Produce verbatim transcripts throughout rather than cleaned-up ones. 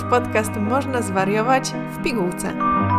podcast Można zwariować w pigułce.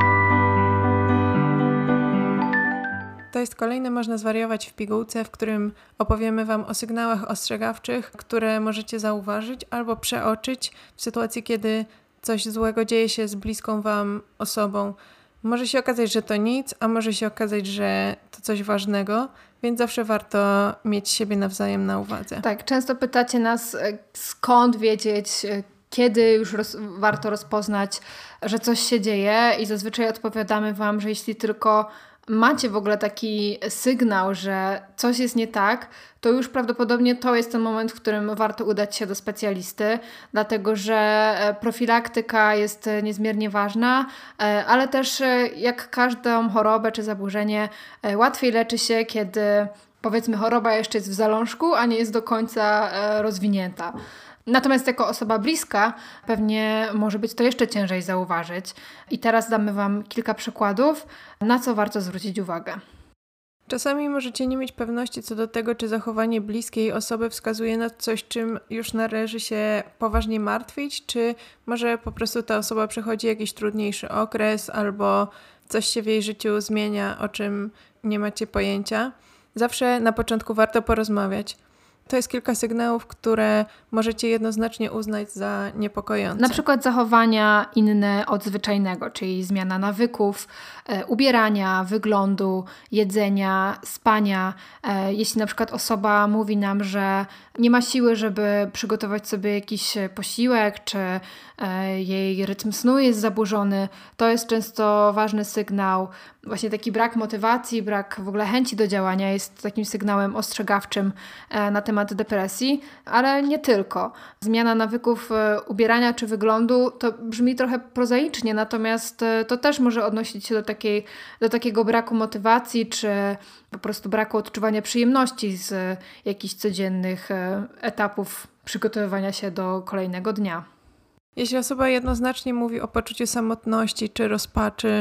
To jest kolejny Można zwariować w pigułce, w którym opowiemy Wam o sygnałach ostrzegawczych, które możecie zauważyć albo przeoczyć w sytuacji, kiedy coś złego dzieje się z bliską Wam osobą. Może się okazać, że to nic, a może się okazać, że to coś ważnego, więc zawsze warto mieć siebie nawzajem na uwadze. Tak, często pytacie nas, skąd wiedzieć, kiedy już roz, warto rozpoznać, że coś się dzieje, i zazwyczaj odpowiadamy Wam, że jeśli tylko macie w ogóle taki sygnał, że coś jest nie tak, to już prawdopodobnie to jest ten moment, w którym warto udać się do specjalisty, dlatego że profilaktyka jest niezmiernie ważna, ale też jak każdą chorobę czy zaburzenie łatwiej leczy się, kiedy powiedzmy choroba jeszcze jest w zalążku, a nie jest do końca rozwinięta. Natomiast jako osoba bliska pewnie może być to jeszcze ciężej zauważyć. I teraz damy Wam kilka przykładów, na co warto zwrócić uwagę. Czasami możecie nie mieć pewności co do tego, czy zachowanie bliskiej osoby wskazuje na coś, czym już należy się poważnie martwić, czy może po prostu ta osoba przechodzi jakiś trudniejszy okres albo coś się w jej życiu zmienia, o czym nie macie pojęcia. Zawsze na początku warto porozmawiać. To jest kilka sygnałów, które możecie jednoznacznie uznać za niepokojące. Na przykład zachowania inne od zwyczajnego, czyli zmiana nawyków, e, ubierania, wyglądu, jedzenia, spania. E, jeśli na przykład osoba mówi nam, że nie ma siły, żeby przygotować sobie jakiś posiłek, czy e, jej rytm snu jest zaburzony, to jest często ważny sygnał. Właśnie taki brak motywacji, brak w ogóle chęci do działania jest takim sygnałem ostrzegawczym e, na temat depresji, ale nie tylko. Zmiana nawyków e, ubierania czy wyglądu to brzmi trochę prozaicznie, natomiast e, to też może odnosić się do, takiej, do takiego braku motywacji, czy po prostu braku odczuwania przyjemności z e, jakichś codziennych e, etapów przygotowywania się do kolejnego dnia. Jeśli osoba jednoznacznie mówi o poczuciu samotności czy rozpaczy,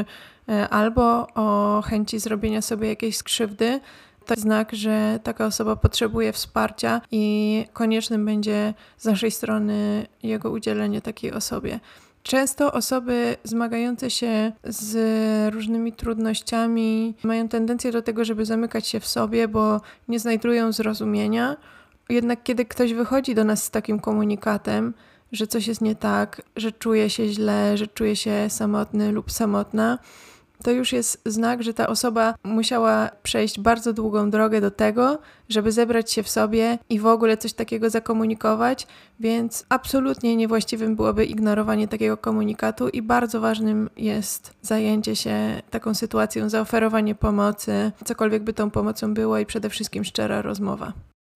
albo o chęci zrobienia sobie jakiejś krzywdy, to znak, że taka osoba potrzebuje wsparcia i koniecznym będzie z naszej strony jego udzielenie takiej osobie. Często osoby zmagające się z różnymi trudnościami mają tendencję do tego, żeby zamykać się w sobie, bo nie znajdują zrozumienia. Jednak kiedy ktoś wychodzi do nas z takim komunikatem, że coś jest nie tak, że czuje się źle, że czuje się samotny lub samotna, to już jest znak, że ta osoba musiała przejść bardzo długą drogę do tego, żeby zebrać się w sobie i w ogóle coś takiego zakomunikować, więc absolutnie niewłaściwym byłoby ignorowanie takiego komunikatu i bardzo ważnym jest zajęcie się taką sytuacją, zaoferowanie pomocy, cokolwiek by tą pomocą było, i przede wszystkim szczera rozmowa.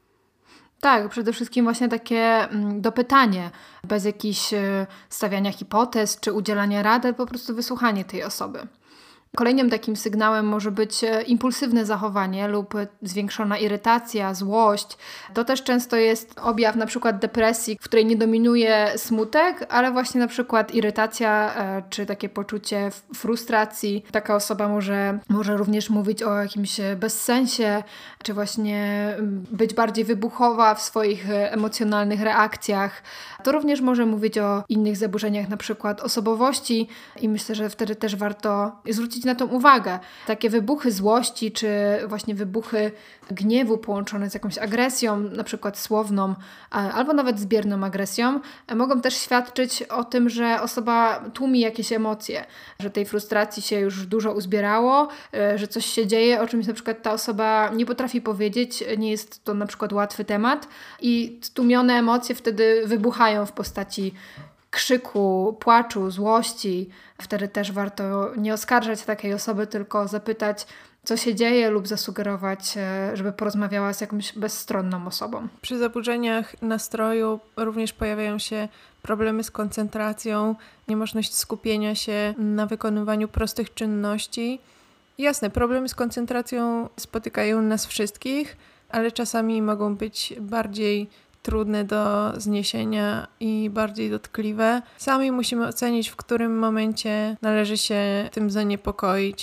Tak, przede wszystkim właśnie takie dopytanie, bez jakichś stawiania hipotez czy udzielania rady, po prostu wysłuchanie tej osoby. Kolejnym takim sygnałem może być impulsywne zachowanie lub zwiększona irytacja, złość. To też często jest objaw na przykład depresji, w której nie dominuje smutek, ale właśnie na przykład irytacja czy takie poczucie frustracji. Taka osoba może, może również mówić o jakimś bezsensie, czy właśnie być bardziej wybuchowa w swoich emocjonalnych reakcjach. To również może mówić o innych zaburzeniach, na przykład osobowości, i myślę, że wtedy też warto zwrócić na to uwagę. Takie wybuchy złości, czy właśnie wybuchy gniewu połączone z jakąś agresją, na przykład słowną, albo nawet z bierną agresją, mogą też świadczyć o tym, że osoba tłumi jakieś emocje, że tej frustracji się już dużo uzbierało, że coś się dzieje, o czymś na przykład ta osoba nie potrafi powiedzieć, nie jest to na przykład łatwy temat, i stłumione emocje wtedy wybuchają w postaci krzyku, płaczu, złości. Wtedy też warto nie oskarżać takiej osoby, tylko zapytać, co się dzieje, lub zasugerować, żeby porozmawiała z jakąś bezstronną osobą. Przy zaburzeniach nastroju również pojawiają się problemy z koncentracją, niemożność skupienia się na wykonywaniu prostych czynności. Jasne, problemy z koncentracją spotykają nas wszystkich, ale czasami mogą być bardziej trudne do zniesienia i bardziej dotkliwe. Sami musimy ocenić, w którym momencie należy się tym zaniepokoić.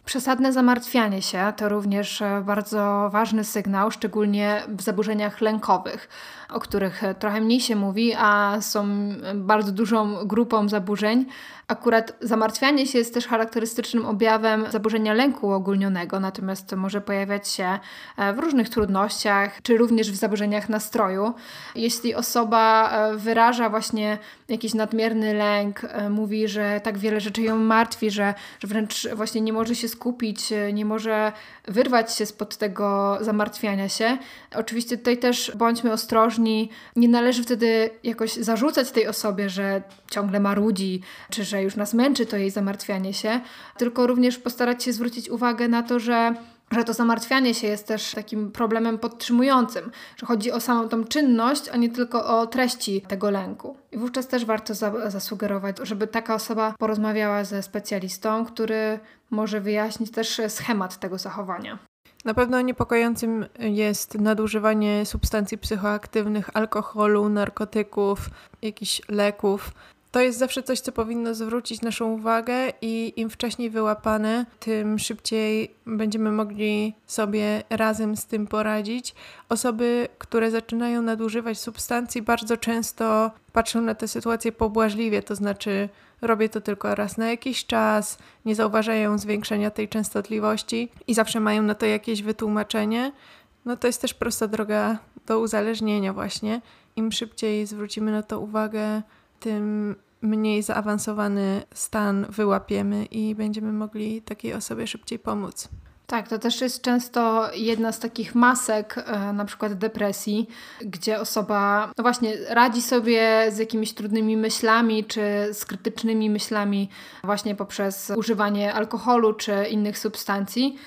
Przesadne zamartwianie się to również bardzo ważny sygnał, szczególnie w zaburzeniach lękowych, o których trochę mniej się mówi, a są bardzo dużą grupą zaburzeń. Akurat zamartwianie się jest też charakterystycznym objawem zaburzenia lęku uogólnionego, natomiast to może pojawiać się w różnych trudnościach, czy również w zaburzeniach nastroju. Jeśli osoba wyraża właśnie jakiś nadmierny lęk, mówi, że tak wiele rzeczy ją martwi, że, że wręcz właśnie nie może się skupić, nie może wyrwać się spod tego zamartwiania się. Oczywiście tutaj też bądźmy ostrożni, nie należy wtedy jakoś zarzucać tej osobie, że ciągle marudzi, czy że już nas męczy to jej zamartwianie się, tylko również postarać się zwrócić uwagę na to, że że to zamartwianie się jest też takim problemem podtrzymującym, że chodzi o samą tą czynność, a nie tylko o treści tego lęku. I wówczas też warto za- zasugerować, żeby taka osoba porozmawiała ze specjalistą, który może wyjaśnić też schemat tego zachowania. Na pewno niepokojącym jest nadużywanie substancji psychoaktywnych, alkoholu, narkotyków, jakichś leków. To jest zawsze coś, co powinno zwrócić naszą uwagę i im wcześniej wyłapane, tym szybciej będziemy mogli sobie razem z tym poradzić. Osoby, które zaczynają nadużywać substancji, bardzo często patrzą na tę sytuację pobłażliwie, to znaczy robię to tylko raz na jakiś czas, nie zauważają zwiększenia tej częstotliwości i zawsze mają na to jakieś wytłumaczenie. No to jest też prosta droga do uzależnienia właśnie. Im szybciej zwrócimy na to uwagę, tym mniej zaawansowany stan wyłapiemy i będziemy mogli takiej osobie szybciej pomóc. Tak, to też jest często jedna z takich masek, e, na przykład depresji, gdzie osoba no właśnie radzi sobie z jakimiś trudnymi myślami czy z krytycznymi myślami właśnie poprzez używanie alkoholu czy innych substancji,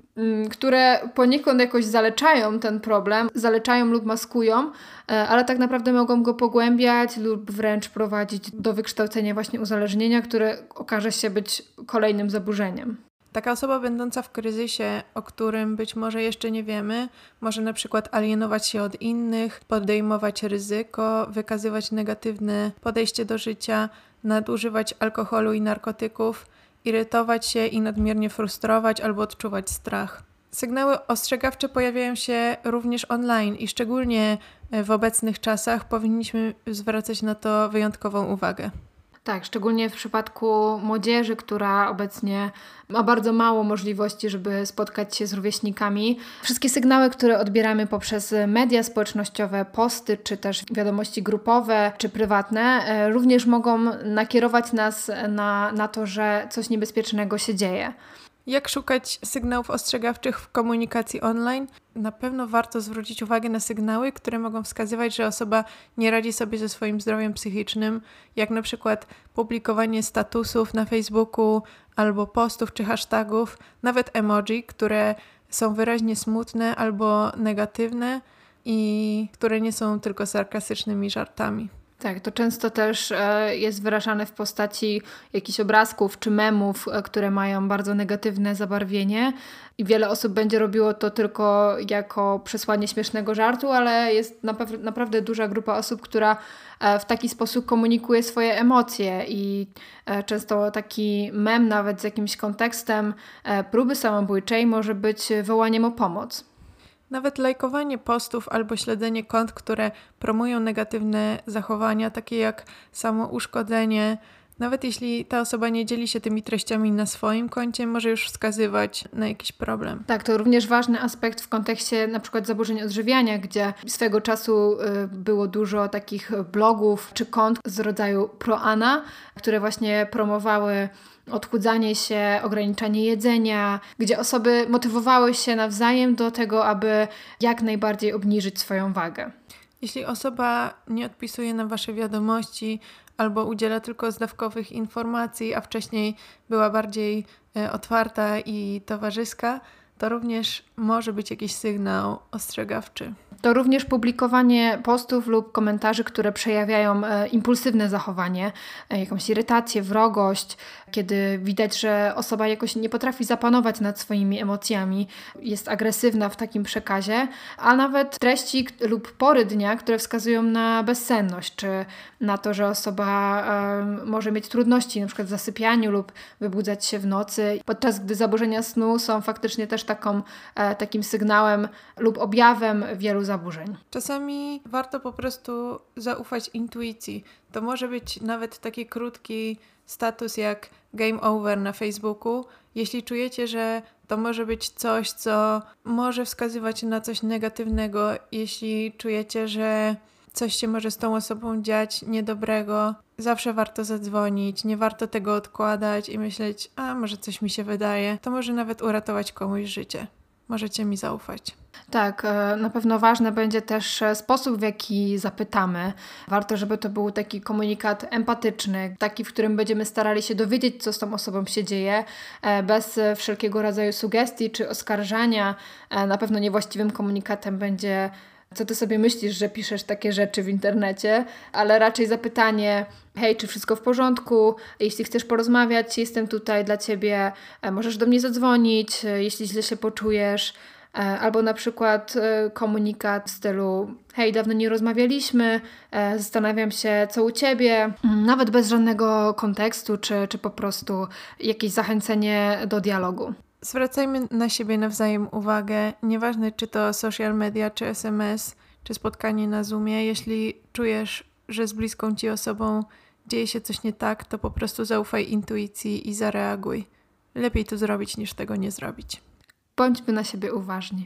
które poniekąd jakoś zaleczają ten problem, zaleczają lub maskują, ale tak naprawdę mogą go pogłębiać lub wręcz prowadzić do wykształcenia właśnie uzależnienia, które okaże się być kolejnym zaburzeniem. Taka osoba będąca w kryzysie, o którym być może jeszcze nie wiemy, może na przykład alienować się od innych, podejmować ryzyko, wykazywać negatywne podejście do życia, nadużywać alkoholu i narkotyków, irytować się i nadmiernie frustrować albo odczuwać strach. Sygnały ostrzegawcze pojawiają się również online i szczególnie w obecnych czasach powinniśmy zwracać na to wyjątkową uwagę. Tak, szczególnie w przypadku młodzieży, która obecnie ma bardzo mało możliwości, żeby spotkać się z rówieśnikami. Wszystkie sygnały, które odbieramy poprzez media społecznościowe, posty, czy też wiadomości grupowe, czy prywatne, również mogą nakierować nas na, na to, że coś niebezpiecznego się dzieje. Jak szukać sygnałów ostrzegawczych w komunikacji online? Na pewno warto zwrócić uwagę na sygnały, które mogą wskazywać, że osoba nie radzi sobie ze swoim zdrowiem psychicznym, jak na przykład publikowanie statusów na Facebooku albo postów czy hashtagów, nawet emoji, które są wyraźnie smutne albo negatywne i które nie są tylko sarkastycznymi żartami. Tak, to często też e, jest wyrażane w postaci jakichś obrazków czy memów, e, które mają bardzo negatywne zabarwienie i wiele osób będzie robiło to tylko jako przesłanie śmiesznego żartu, ale jest nape- naprawdę duża grupa osób, która e, w taki sposób komunikuje swoje emocje i e, często taki mem nawet z jakimś kontekstem e, próby samobójczej może być wołaniem o pomoc. Nawet lajkowanie postów albo śledzenie kont, które promują negatywne zachowania, takie jak samouszkodzenie, nawet jeśli ta osoba nie dzieli się tymi treściami na swoim koncie, może już wskazywać na jakiś problem. Tak, to również ważny aspekt w kontekście na przykład zaburzeń odżywiania, gdzie swego czasu y, było dużo takich blogów czy kont z rodzaju ProAna, które właśnie promowały odchudzanie się, ograniczanie jedzenia, gdzie osoby motywowały się nawzajem do tego, aby jak najbardziej obniżyć swoją wagę. Jeśli osoba nie odpisuje na Wasze wiadomości albo udziela tylko zdawkowych informacji, a wcześniej była bardziej e, otwarta i towarzyska, to również może być jakiś sygnał ostrzegawczy. to również publikowanie postów lub komentarzy, które przejawiają e, impulsywne zachowanie, e, jakąś irytację, wrogość, kiedy widać, że osoba jakoś nie potrafi zapanować nad swoimi emocjami, jest agresywna w takim przekazie, a nawet treści lub pory dnia, które wskazują na bezsenność, czy na to, że osoba e, może mieć trudności na przykład w zasypianiu lub wybudzać się w nocy, podczas gdy zaburzenia snu są faktycznie też taką, e, takim sygnałem lub objawem wielu zaburzeń. Czasami warto po prostu zaufać intuicji. To może być nawet taki krótki status jak game over na Facebooku. Jeśli czujecie, że to może być coś, co może wskazywać na coś negatywnego, jeśli czujecie, że coś się może z tą osobą dziać niedobrego, zawsze warto zadzwonić, nie warto tego odkładać i myśleć, a może coś mi się wydaje. To może nawet uratować komuś życie. Możecie mi zaufać. Tak, na pewno ważny będzie też sposób, w jaki zapytamy. Warto, żeby to był taki komunikat empatyczny, taki, w którym będziemy starali się dowiedzieć, co z tą osobą się dzieje, bez wszelkiego rodzaju sugestii czy oskarżania. Na pewno niewłaściwym komunikatem będzie: co ty sobie myślisz, że piszesz takie rzeczy w internecie, ale raczej zapytanie: hej, czy wszystko w porządku? Jeśli chcesz porozmawiać, jestem tutaj dla ciebie, możesz do mnie zadzwonić, jeśli źle się poczujesz. Albo na przykład komunikat w stylu: hej, dawno nie rozmawialiśmy, zastanawiam się, co u ciebie. Nawet bez żadnego kontekstu, czy, czy po prostu jakieś zachęcenie do dialogu. Zwracajmy na siebie nawzajem uwagę, nieważne czy to social media, czy es em es, czy spotkanie na Zoomie. Jeśli czujesz, że z bliską ci osobą dzieje się coś nie tak, to po prostu zaufaj intuicji i zareaguj. Lepiej to zrobić, niż tego nie zrobić. Bądźmy na siebie uważni.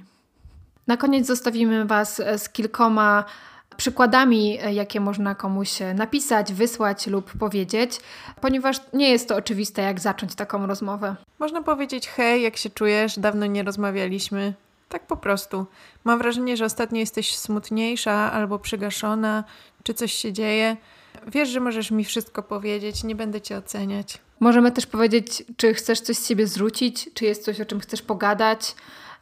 Na koniec zostawimy Was z kilkoma przykładami, jakie można komuś napisać, wysłać lub powiedzieć, ponieważ nie jest to oczywiste, jak zacząć taką rozmowę. Można powiedzieć: hej, jak się czujesz? Dawno nie rozmawialiśmy. Tak po prostu. Mam wrażenie, że ostatnio jesteś smutniejsza albo przygaszona, czy coś się dzieje. Wiesz, że możesz mi wszystko powiedzieć, nie będę cię oceniać. Możemy też powiedzieć, czy chcesz coś z siebie zrzucić, czy jest coś, o czym chcesz pogadać.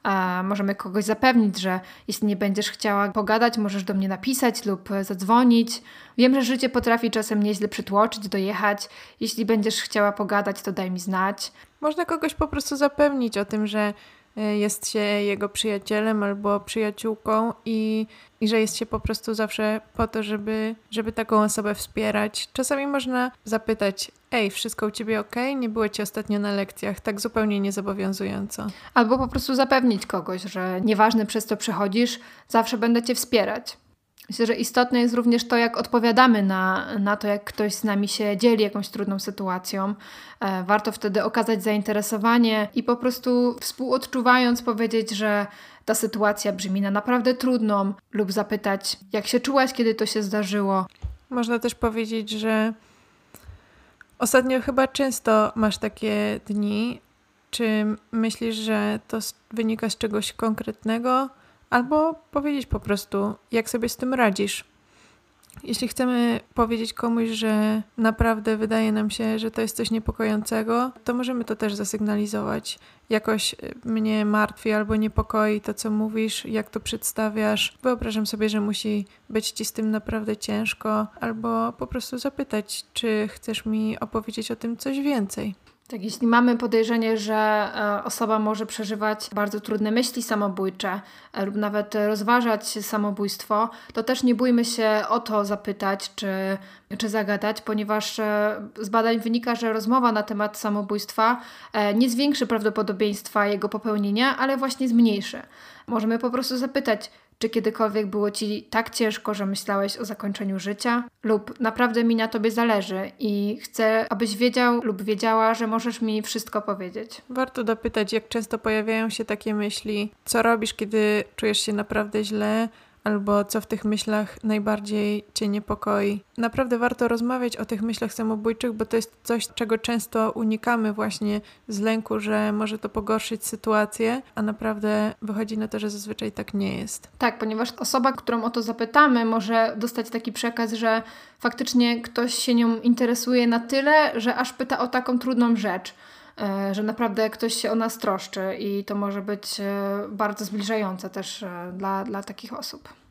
A możemy kogoś zapewnić, że jeśli nie będziesz chciała pogadać, możesz do mnie napisać lub zadzwonić. Wiem, że życie potrafi czasem nieźle przytłoczyć, dojechać. Jeśli będziesz chciała pogadać, to daj mi znać. Można kogoś po prostu zapewnić o tym, że jest się jego przyjacielem albo przyjaciółką i, i że jest się po prostu zawsze po to, żeby, żeby taką osobę wspierać. Czasami można zapytać: ej, wszystko u ciebie okej? Nie było ci ostatnio na lekcjach? Tak zupełnie niezobowiązująco. Albo po prostu zapewnić kogoś, że nieważne przez co przechodzisz, zawsze będę cię wspierać. Myślę, że istotne jest również to, jak odpowiadamy na, na to, jak ktoś z nami się dzieli jakąś trudną sytuacją. E, warto wtedy okazać zainteresowanie i po prostu współodczuwając powiedzieć, że ta sytuacja brzmi na naprawdę trudną, lub zapytać, jak się czułaś, kiedy to się zdarzyło. Można też powiedzieć, że ostatnio chyba często masz takie dni. Czy myślisz, że to wynika z czegoś konkretnego? Albo powiedzieć po prostu, jak sobie z tym radzisz. Jeśli chcemy powiedzieć komuś, że naprawdę wydaje nam się, że to jest coś niepokojącego, to możemy to też zasygnalizować. Jakoś mnie martwi albo niepokoi to, co mówisz, jak to przedstawiasz. Wyobrażam sobie, że musi być ci z tym naprawdę ciężko. Albo po prostu zapytać, czy chcesz mi opowiedzieć o tym coś więcej. Tak, jeśli mamy podejrzenie, że osoba może przeżywać bardzo trudne myśli samobójcze lub nawet rozważać samobójstwo, to też nie bójmy się o to zapytać czy, czy zagadać, ponieważ z badań wynika, że rozmowa na temat samobójstwa nie zwiększy prawdopodobieństwa jego popełnienia, ale właśnie zmniejszy. Możemy po prostu zapytać, czy kiedykolwiek było ci tak ciężko, że myślałeś o zakończeniu życia? Lub naprawdę mi na tobie zależy i chcę, abyś wiedział lub wiedziała, że możesz mi wszystko powiedzieć. Warto dopytać, jak często pojawiają się takie myśli, co robisz, kiedy czujesz się naprawdę źle, albo co w tych myślach najbardziej cię niepokoi. Naprawdę warto rozmawiać o tych myślach samobójczych, bo to jest coś, czego często unikamy właśnie z lęku, że może to pogorszyć sytuację, a naprawdę wychodzi na to, że zazwyczaj tak nie jest. Tak, ponieważ osoba, którą o to zapytamy, może dostać taki przekaz, że faktycznie ktoś się nią interesuje na tyle, że aż pyta o taką trudną rzecz, że naprawdę ktoś się o nas troszczy i to może być bardzo zbliżające też dla, dla takich osób.